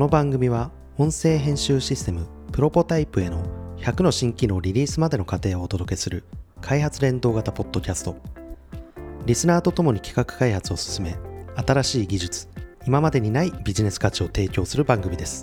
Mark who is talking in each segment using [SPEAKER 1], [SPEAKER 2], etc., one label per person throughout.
[SPEAKER 1] の番組は音声編集システムプロポタイプへの100の新機能リリースまでの過程をお届けする開発連動型ポッドキャスト。リスナーとともに企画開発を進め、新しい技術、今までにないビジネス価値を提供する番組です。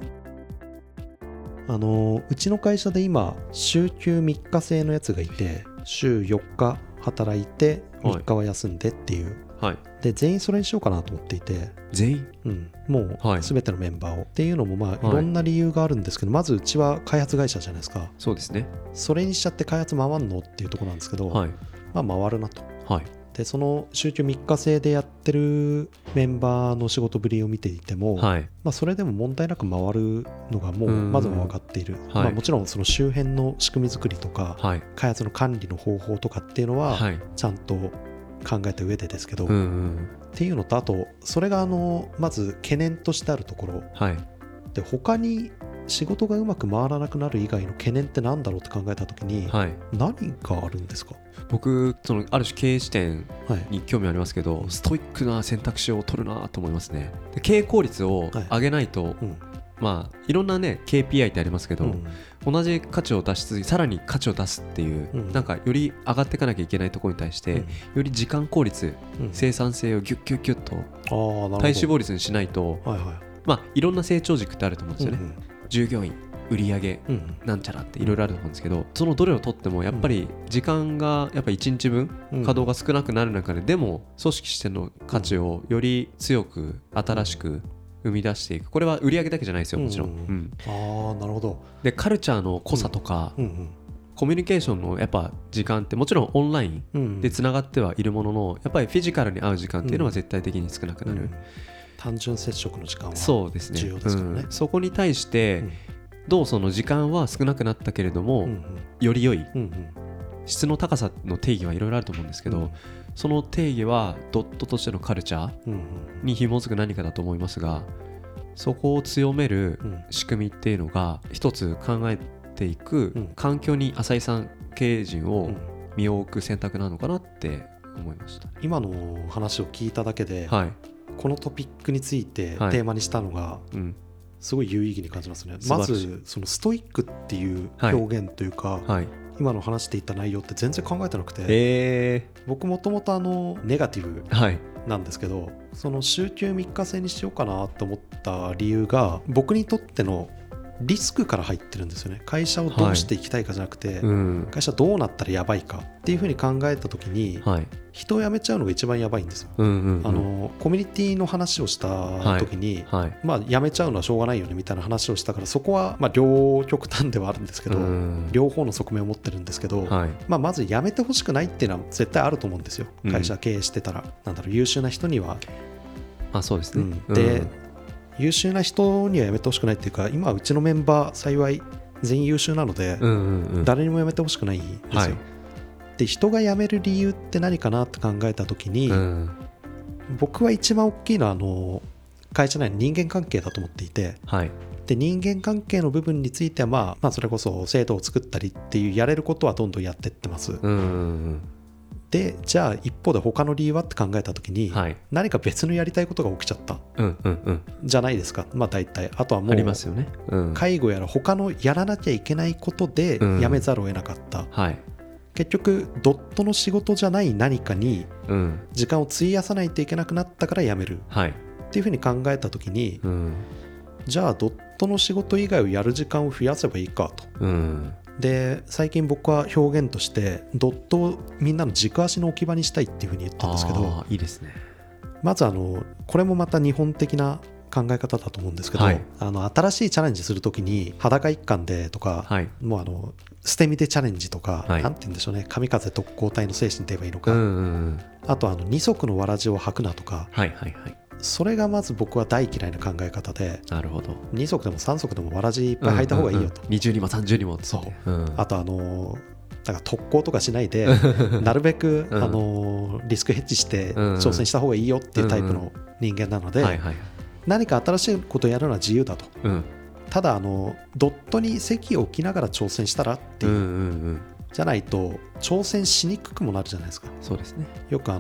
[SPEAKER 1] うちの会社で今週休3日制のやつがいて、週4日働いて3日は休んでっていう、
[SPEAKER 2] はい、
[SPEAKER 1] で全員それにしようかなと思っていて、
[SPEAKER 2] 全員、
[SPEAKER 1] もう全てのメンバーを、っていうのもいろんな理由があるんですけど、まずうちは開発会社じゃないですか。
[SPEAKER 2] そうですね。
[SPEAKER 1] それにしちゃって開発回んのっていうところなんですけど、回るなと。でその週休3日制でやってるメンバーの仕事ぶりを見ていても、それでも問題なく回るのがもうまずは分かっている。もちろんその周辺の仕組み作りとか、開発の管理の方法とかっていうのはちゃんと考えた上でですけど、っていうのと、あとそれがまず懸念としてあるところ、で他に仕事がうまく回らなくなる以外の懸念って何だろうって考えたときに、何があるんですか？
[SPEAKER 2] 僕ある種経営視点に興味ありますけど、ストイックな選択肢を取るなと思いますね。で経営効率を上げないと、いろんなね KPI ってありますけど、同じ価値を出し続けさらに価値を出すっていう、なんかより上がっていかなきゃいけないところに対して、より時間効率、生産性をギュッギュッギュッと体脂肪率にしないと、いろんな成長軸ってあると思うんですよね。従業員、売上、なんちゃらっていろいろあると思うんですけど、そのどれを取ってもやっぱり時間がやっぱ1日分稼働が少なくなる中で、でも組織としての価値をより強く新しく生み出していく。これは売上だけじゃないですよ、もちろん。
[SPEAKER 1] なるほど。
[SPEAKER 2] でカルチャーの濃さとか、コミュニケーションのやっぱ時間ってもちろんオンラインでつながってはいるものの、やっぱりフィジカルに会う時間っていうのは絶対的に少なくなる。
[SPEAKER 1] 単純接触の時間は
[SPEAKER 2] そうですね、
[SPEAKER 1] 重要ですからね。
[SPEAKER 2] そこに対してどうその時間は少なくなったけれども、より良い、質の高さの定義はいろいろあると思うんですけど、その定義はドットとしてのカルチャーに紐づく何かだと思いますが、そこを強める仕組みっていうのが一つ考えていく環境に浅井さん経営陣を身を置く選択なのかなって思いました。
[SPEAKER 1] 今の話を聞いただけで、このトピックについてテーマにしたのがすごい有意義に感じますね。まずそのストイックっていう表現というか、今の話していた内容って全然考えてなくて、僕もともとネガティブなんですけど、その週休3日制にしようかなと思った理由が、僕にとってのリスクから入ってるんですよね。会社をどうしていきたいかじゃなくて、会社どうなったらやばいかっていうふうに考えた時に、人を辞めちゃうのが一番やばいんですよ。コミュニティの話をした時に、辞めちゃうのはしょうがないよねみたいな話をしたから、そこは両極端ではあるんですけど、両方の側面を持ってるんですけど、まず辞めてほしくないっていうのは絶対あると思うんですよ。会社経営してたら、優秀な人には。
[SPEAKER 2] そうですね。
[SPEAKER 1] で優秀な人には辞めてほしくないっていうか、今うちのメンバー幸い全員優秀なので、誰にも辞めてほしくないんですよ。で人が辞める理由って何かなって考えた時に、僕は一番大きいのは会社内の人間関係だと思っていて、で人間関係の部分についてはそれこそ制度を作ったりっていうやれることはどんどんやってってます。でじゃあ一方で他の理由はって考えた時に、何か別のやりたいことが起きちゃった、じゃないですか。大体あとはもうありますよね。介護やら他のやらなきゃいけないことで辞めざるを得なかった、結局ドットの仕事じゃない何かに時間を費やさないといけなくなったから辞める、っていうふうに考えた時に、じゃあドットの仕事以外をやる時間を増やせばいいかと、で最近僕は表現としてドットをみんなの軸足の置き場にしたいっていうふうに言ったんですけど、
[SPEAKER 2] いいですね。ま
[SPEAKER 1] ずこれもまた日本的な考え方だと思うんですけど、新しいチャレンジするときに裸一貫でとか、もう捨て身でチャレンジとか、なんて言うんでしょうね、神風特攻隊の精神って言えばいいのか、あと二足のわらじを履くなとか、それがまず僕は大嫌いな考え方で、2足でも3足でもわらじいっぱい履いた方がいいよと、
[SPEAKER 2] 20にも30にも
[SPEAKER 1] そう、あとだから特攻とかしないでなるべくリスクヘッジして挑戦した方がいいよっていうタイプの人間なので、何か新しいことをやるのは自由だと、ただドットに席を置きながら挑戦したらっていう、じゃないと挑戦しにくくもなるじゃないですか。
[SPEAKER 2] そうですね。
[SPEAKER 1] よく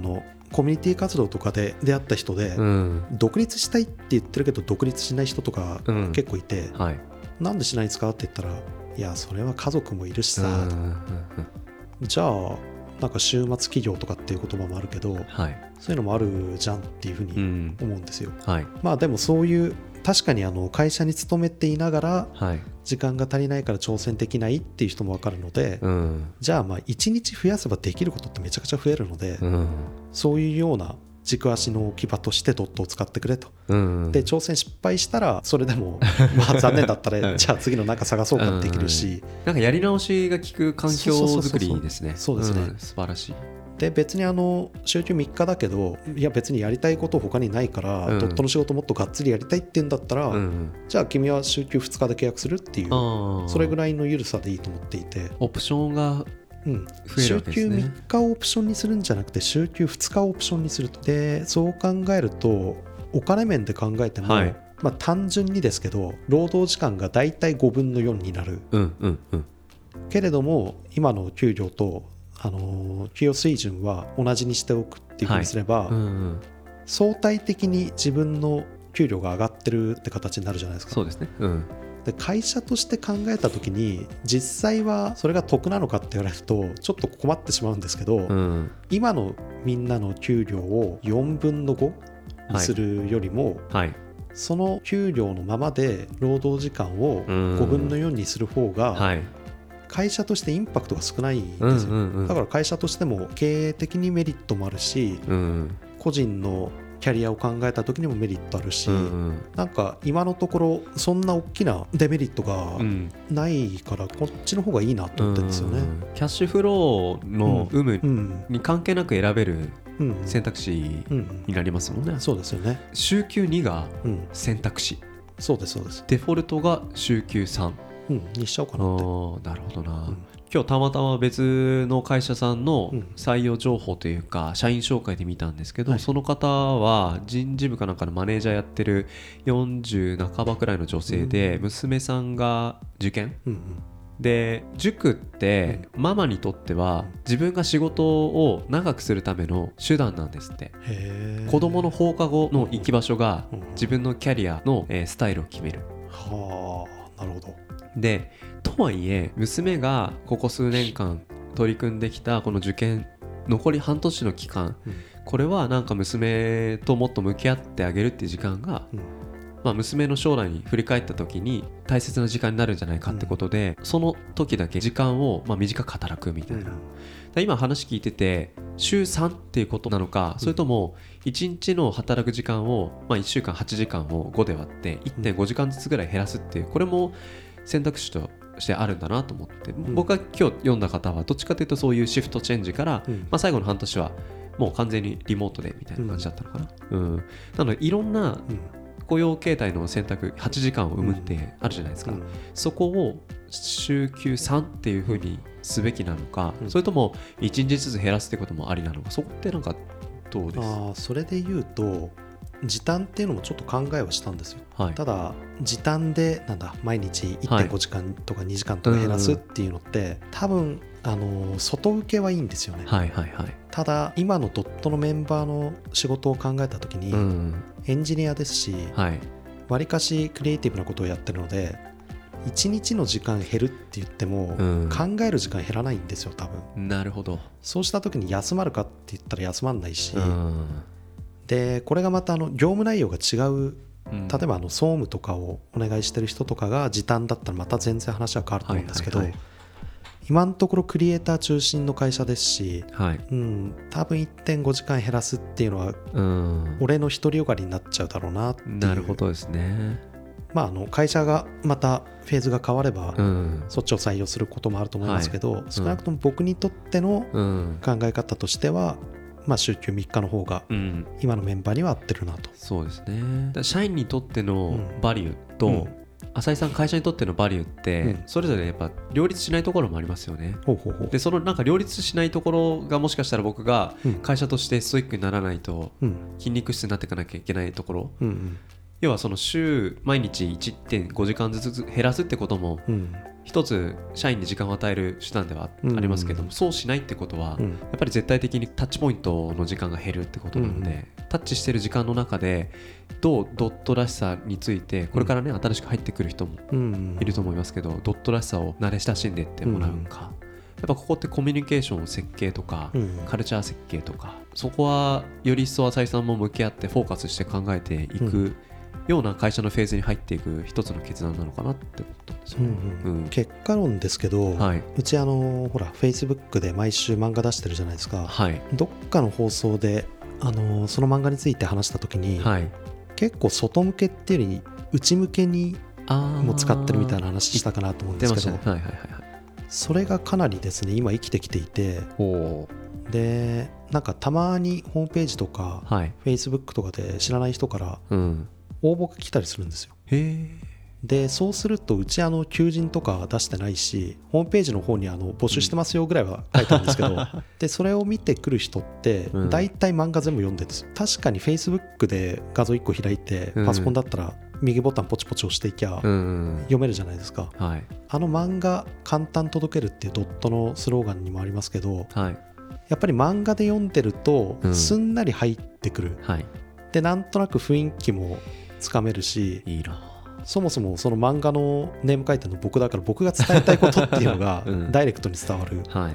[SPEAKER 1] コミュニティ活動とかで出会った人で、独立したいって言ってるけど独立しない人とか結構いて、なんでしないんですかって言ったら、いやそれは家族もいるしさ、じゃあなんか週末企業とかっていう言葉もあるけど、そういうのもあるじゃんっていうふうに思うんですよ。まあでもそういう確かに会社に勤めていながら時間が足りないから挑戦できないっていう人も分かるので、じゃあまあ1日増やせばできることってめちゃくちゃ増えるので、そういうような軸足の置き場としてドットを使ってくれと、で挑戦失敗したらそれでもまあ残念だったらじゃあ次のなんか探そうかできるし、
[SPEAKER 2] なんかやり直しが効く環境づくりですね。
[SPEAKER 1] そうですね、
[SPEAKER 2] 素晴らしい。
[SPEAKER 1] で別に週休3日だけど、いや別にやりたいこと他にないから、ドットの仕事もっとがっつりやりたいって言うんだったら、じゃあ君は週休2日で契約するっていう、それぐらいの緩さでいいと思っていて、
[SPEAKER 2] オプションが
[SPEAKER 1] 週休3日をオプションにするんじゃなくて週休2日をオプションにすると。でそう考えるとお金面で考えても、まあ、単純にですけど労働時間がだいたい5分の4になる、けれども今の給料と給与水準は同じにしておくっていうふうにすれば、相対的に自分の給料が上がってるって形になるじゃないですか。
[SPEAKER 2] そうですね、
[SPEAKER 1] で会社として考えた時に実際はそれが得なのかって言われるとちょっと困ってしまうんですけど、今のみんなの給料を4分の5にするよりも、その給料のままで労働時間を5分の4にする方が、会社としてインパクトが少ないんですよ。だから会社としても経営的にメリットもあるし、個人のキャリアを考えた時にもメリットあるし、なんか今のところそんな大きなデメリットがないからこっちの方がいいなと思ってるんですよね。
[SPEAKER 2] キャッシュフローの有無に関係なく選べる選択肢になりますもんね。
[SPEAKER 1] そうですよね。
[SPEAKER 2] 週休2が選択肢、
[SPEAKER 1] そうですそうです。
[SPEAKER 2] デフォルトが週休3
[SPEAKER 1] にしちゃおうかなって。
[SPEAKER 2] なるほどな、今日たまたま別の会社さんの採用情報というか社員紹介で見たんですけど、その方は人事部かなんかのマネージャーやってる40半ばくらいの女性で、娘さんが受験、で塾ってママにとっては自分が仕事を長くするための手段なんですって。子供の放課後の行き場所が自分のキャリアのスタイルを決める。
[SPEAKER 1] はあ、なるほど。
[SPEAKER 2] でとはいえ娘がここ数年間取り組んできたこの受験残り半年の期間、これはなんか娘ともっと向き合ってあげるっていう時間が、まあ、娘の将来に振り返った時に大切な時間になるんじゃないかってことで、その時だけ時間をまあ短く働くみたいな、今話聞いてて週3っていうことなのか、それとも1日の働く時間を、まあ、1週間8時間を5で割って 1.5 時間ずつぐらい減らすっていう、これも選択肢としてあるんだなと思って、僕が今日読んだ方はどっちかというとそういうシフトチェンジから、まあ、最後の半年はもう完全にリモートでみたいな感じだったのかな、なのでいろんな雇用形態の選択8時間を生むってあるじゃないですか、そこを週休3っていう風にすべきなのか、それとも1日ずつ減らすってこともありなのか、そこってなんかどうですか？
[SPEAKER 1] それで言うと時短っていうのもちょっと考えはしたんですよ、ただ時短で毎日 1.5 時間とか2時間とか減らすっていうのって、多分外受けはいいんですよね、ただ今のドットのメンバーの仕事を考えた時に、エンジニアですし、わりかしクリエイティブなことをやってるので1日の時間減るって言っても、考える時間減らないんですよ多分。
[SPEAKER 2] なるほど。
[SPEAKER 1] そうした時に休まるかって言ったら休まんないし、でこれがまた業務内容が違う、例えば総務とかをお願いしてる人とかが時短だったらまた全然話は変わると思うんですけど、今のところクリエイター中心の会社ですし、多分 1.5 時間減らすっていうのは、俺の独りよがりになっちゃうだろうなっていう。
[SPEAKER 2] なるほどですね。
[SPEAKER 1] まあ、会社がまたフェーズが変われば、そっちを採用することもあると思いますけど、少なくとも僕にとっての考え方としては、まあ、週休3日の方が今のメンバーには合ってるなと。
[SPEAKER 2] そうですね。社員にとってのバリューと、浅井さん会社にとってのバリューってそれぞれやっぱ両立しないところもありますよね。でそのなんか両立しないところが、もしかしたら僕が会社としてストイックにならないと筋肉質になっていかなきゃいけないところ要はその毎日 1.5 時間ずつ減らすってことも一つ社員に時間を与える手段ではありますけども、そうしないってことはやっぱり絶対的にタッチポイントの時間が減るってことなので、タッチしてる時間の中でどうドットらしさについてこれからね新しく入ってくる人もいると思いますけど、ドットらしさを慣れ親しんでいってもらうか、やっぱここってコミュニケーション設計とか、カルチャー設計とか、そこはより一層浅井さんも向き合ってフォーカスして考えていくような会社のフェーズに入っていく一つの決断なのかなって思ったんですよね。
[SPEAKER 1] 結果論ですけど、はい、うちほら Facebook で毎週漫画出してるじゃないですか、はい、どっかの放送でその漫画について話した時に、はい、結構外向けっていうより内向けにも使ってるみたいな話したかなと思うんですけど、それがかなりですね今生きてきていて、でなんかたまにホームページとか、はい、Facebook とかで知らない人から応募が来たりするんですよ。でそうするとうち求人とか出してないし、ホームページの方に募集してますよぐらいは書いてあるんですけど、でそれを見てくる人って大体漫画全部読んでるんです。確かに Facebook で画像1個開いてパソコンだったら右ボタンポチポチ押していきゃ読めるじゃないですか、はい、漫画簡単届けるっていうドットのスローガンにもありますけど、はい、やっぱり漫画で読んでるとすんなり入ってくる、はい、でなんとなく雰囲気もつかめるし、いいな、そもそもその漫画のネーム書いてるの僕だから僕が伝えたいことっていうのがダイレクトに伝わる、はい、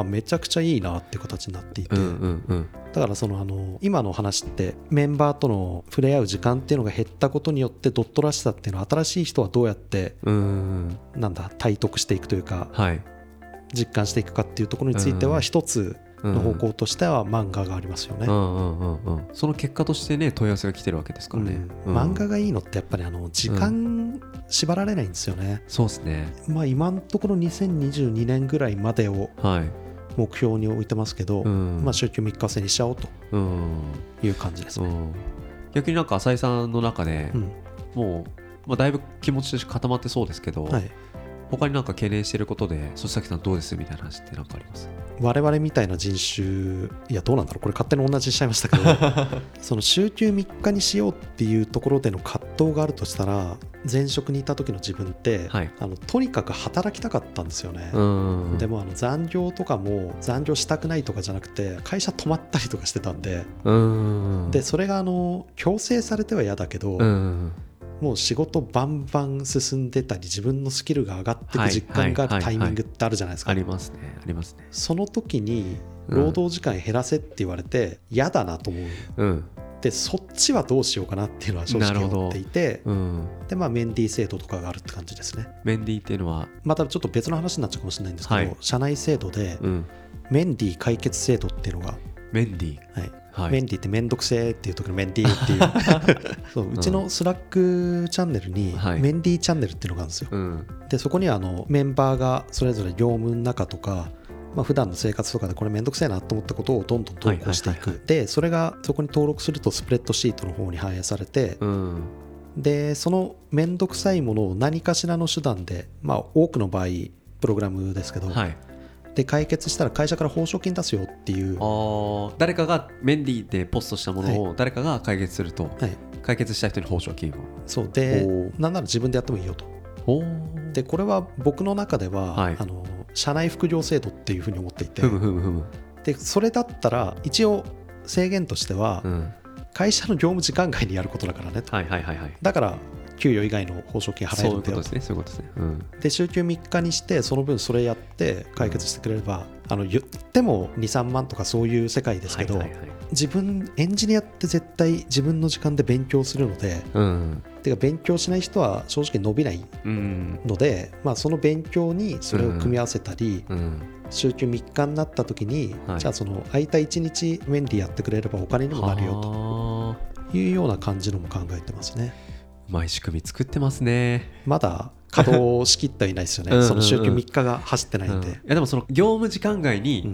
[SPEAKER 1] めちゃくちゃいいなっていう形になっていて、だから今の話ってメンバーとの触れ合う時間っていうのが減ったことによってドットらしさっていうのは新しい人はどうやって体得していくというか、はい、実感していくかっていうところについては一つの方向としては漫画がありますよね。
[SPEAKER 2] その結果としてね問い合わせが来てるわけですからね、
[SPEAKER 1] 漫画がいいのってやっぱり時間縛られないんですよね、
[SPEAKER 2] そうですね。
[SPEAKER 1] 今のところ2022年ぐらいまでを目標に置いてますけど、週休3日制にしちゃおうという感じですね。
[SPEAKER 2] 逆になんか浅井さんの中でもう、だいぶ気持ちとして固まってそうですけど、はい、他になんか懸念していることでそしたきさんどうですみたいな話って何かあります？
[SPEAKER 1] 我々みたいな人種、いやどうなんだろう、これ勝手に同じにしちゃいましたけどその週休3日にしようっていうところでの葛藤があるとしたら、前職にいた時の自分って、はい、とにかく働きたかったんですよね。でも残業とかも残業したくないとかじゃなくて会社泊まったりとかしてたんで、でそれが強制されては嫌だけど、もう仕事バンバン進んでたり自分のスキルが上がっていく実感があるタイミングってあるじゃないですか。
[SPEAKER 2] ありますね、ありますね。
[SPEAKER 1] その時に労働時間減らせって言われて嫌だなと思う、でそっちはどうしようかなっていうのは正直思っていて、でメンディー制度とかがあるって感じですね。
[SPEAKER 2] メンディーっていうのは
[SPEAKER 1] またちょっと別の話になっちゃうかもしれないんですけど、社内制度で、メンディー解決制度っていうのが、
[SPEAKER 2] メンディー、
[SPEAKER 1] はい、メンディーってめんどくせーっていう時のメンディーっていうそう、うちのスラックチャンネルにメンディーチャンネルっていうのがあるんですよ、でそこにはメンバーがそれぞれ業務の中とか、普段の生活とかでこれめんどくせえなと思ったことをどんどん投稿していく、でそれがそこに登録するとスプレッドシートの方に反映されて、でそのめんどくさいものを何かしらの手段で、多くの場合プログラムですけど、で解決したら会社から報奨金出すよっていう、
[SPEAKER 2] 誰かがメンディーでポストしたものを誰かが解決すると、解決した人に報奨金を、
[SPEAKER 1] そうでなんなら自分でやってもいいよと。でこれは僕の中では、社内副業制度っていうふうに思っていて、でそれだったら一応制限としては、会社の業務時間外にやることだからねと、だから給与以外の報奨金払えるんだよと。そういうことですね。で週休3日にしてその分それやって解決してくれれば、言っても 2,3 万とかそういう世界ですけど、自分エンジニアって絶対自分の時間で勉強するので、てか勉強しない人は正直伸びないので、その勉強にそれを組み合わせたり、週休3日になった時に、じゃあその空いた1日メンディやってくれればお金にもなるよというような感じのも考えてますね。
[SPEAKER 2] うまい仕組み作ってますね。
[SPEAKER 1] まだ稼働しきってはいないですよねその週休3日が走ってないんで。
[SPEAKER 2] いやでもその業務時間外に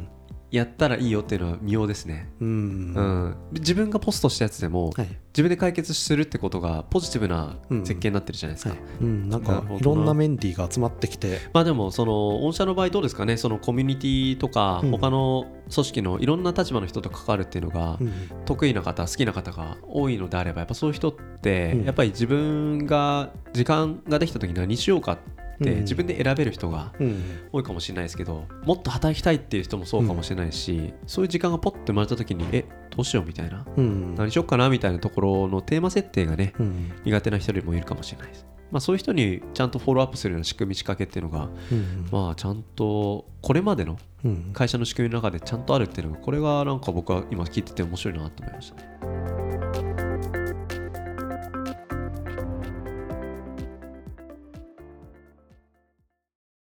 [SPEAKER 2] やったらいいよっていうのは妙ですね。自分がポストしたやつでも、自分で解決するってことがポジティブな設計になってるじゃないですか。
[SPEAKER 1] なんかいろんなメンディーが集まってきて、
[SPEAKER 2] まあでもその御社の場合どうですかね、そのコミュニティとか他の組織のいろんな立場の人と関わるっていうのが得意な方、好きな方が多いのであれば、やっぱそういう人ってやっぱり自分が時間ができた時に何しようかって自分で選べる人が多いかもしれないですけど、もっと働きたいっていう人もそうかもしれないし、そういう時間がポッて生まれた時にどうしようみたいな、何しようかなみたいなところのテーマ設定がね、苦手な人もいるかもしれないです。まあ、そういう人にちゃんとフォローアップするような仕組み仕掛けっていうのが、まあちゃんとこれまでの会社の仕組みの中でちゃんとあるっていうのが、これがなんか僕は今聞いてて面白いなと思いましたね。